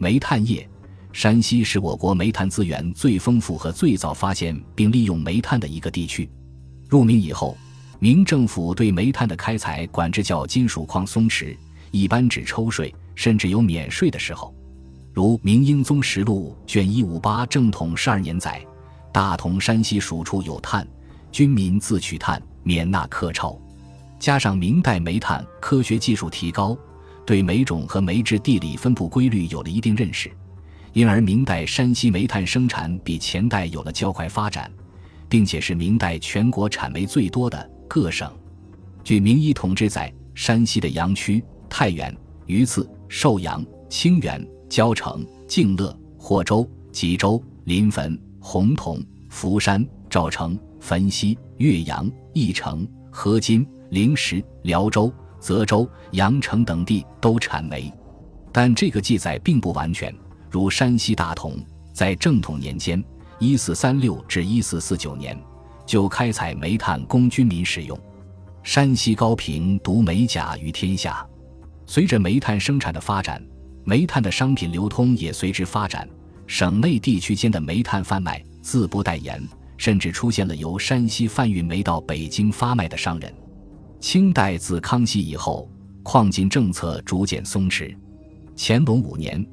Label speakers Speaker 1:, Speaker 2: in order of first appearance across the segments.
Speaker 1: 煤炭业，山西是我国煤炭资源最丰富和最早发现并利用煤炭的一个地区。入明以后，明政府对煤炭的开采管制较金属矿松弛，一般只抽税，甚至有免税的时候。如《明英宗实录》卷158正统12年载，大同山西属处有炭，军民自取炭，免纳课钞。加上明代煤炭科学技术提高，对煤种和煤质地理分布规律有了一定认识，因而明代山西煤炭生产比前代有了较快发展，并且是明代全国产煤最多的各省。据明一统志载，山西的阳曲、太原、榆次、寿阳、清源、交城、敬乐、霍州、吉州、临汾、洪洞、福山、赵城、汾西、岳阳、义城、河津、灵石、辽州、泽州、阳城等地都产煤，但这个记载并不完全。如山西大同在正统年间1436至1449年就开采煤炭供军民使用。山西高平独美甲于天下。随着煤炭生产的发展，煤炭的商品流通也随之发展，省内地区间的煤炭贩卖自不待言，甚至出现了由山西贩运煤到北京发卖的商人。清代自康熙以后，矿禁政策逐渐松弛。乾隆5年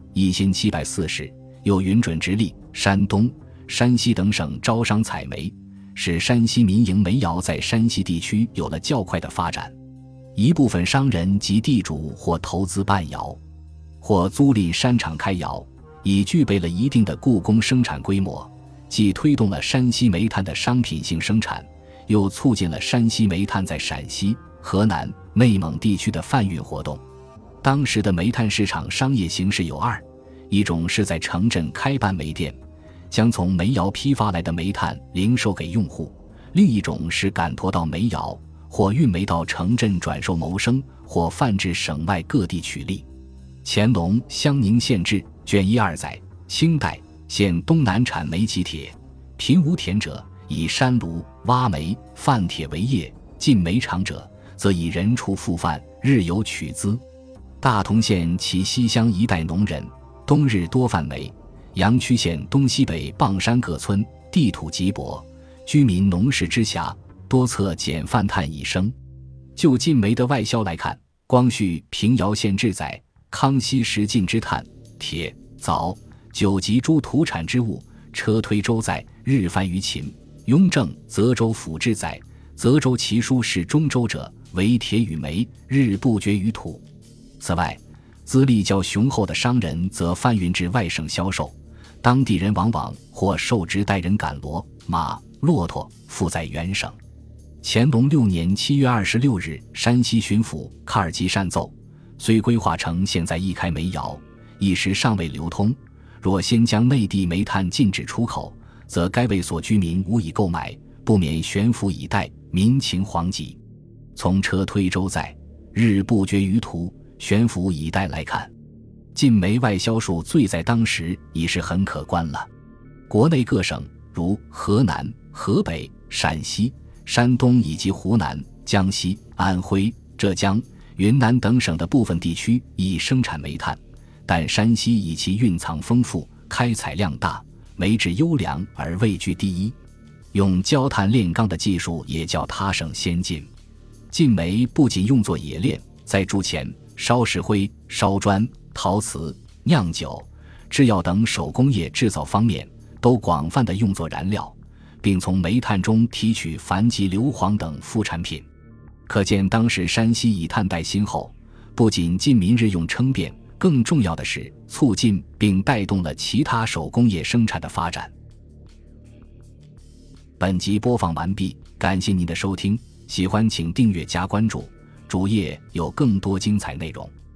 Speaker 1: 1740，又允准直隶、山东、山西等省招商采煤，使山西民营煤窑在山西地区有了较快的发展。一部分商人及地主或投资办窑，或租赁山场开窑，已具备了一定的雇工生产规模，既推动了山西煤炭的商品性生产，又促进了山西煤炭在陕西、河南、内蒙地区的贩运活动。当时的煤炭市场商业形式有二，一种是在城镇开办煤店，将从煤窑批发来的煤炭零售给用户；另一种是赶驮到煤窑，或运煤到城镇转售谋生，或贩至省外各地取利。乾隆《襄宁县志》卷12载，清代县东南产煤及铁，贫无田者，以山炉、挖煤、贩铁为业，进煤厂者，则以人畜复贩，日有取资。大同县其西乡一带农人，冬日多贩煤；阳曲县东西北傍山各村，地土瘠薄，居民农事之暇，多策减贩炭以生。就进煤的外销来看，光绪平遥县志载，康熙时进之炭、铁、枣、酒及诸土产之物，车推舟载，日贩于秦。雍正泽州府志载，泽州其书是中州者，为铁与煤，日不绝于土。此外，资历较雄厚的商人则贩运至外省销售，当地人往往或受职带人赶骡、马、骆驼附在原省。乾隆6年7月26日，山西巡抚卡尔吉善奏，虽规划成现在一开煤窑，一时尚未流通，若先将内地煤炭禁止出口，则该卫所居民无以购买，不免悬浮以待，民情惶急。从车推舟载，日不绝于途，悬浮以待来看，进煤外销数最在当时已是很可观了。国内各省如河南、河北、陕西、山东以及湖南、江西、安徽、浙江、云南等省的部分地区已生产煤炭，但山西以其蕴藏丰富、开采量大、煤质优良而位居第一。用焦炭炼钢的技术也较他省先进。进煤不仅用作冶炼、在铸钱、烧石灰、烧砖、陶瓷、酿酒、制药等手工业制造方面都广泛地用作燃料，并从煤炭中提取矾及硫磺等副产品。可见当时山西以炭代薪后，不仅晋民日用称便，更重要的是促进并带动了其他手工业生产的发展。本集播放完毕，感谢您的收听，喜欢请订阅加关注，主页有更多精彩内容。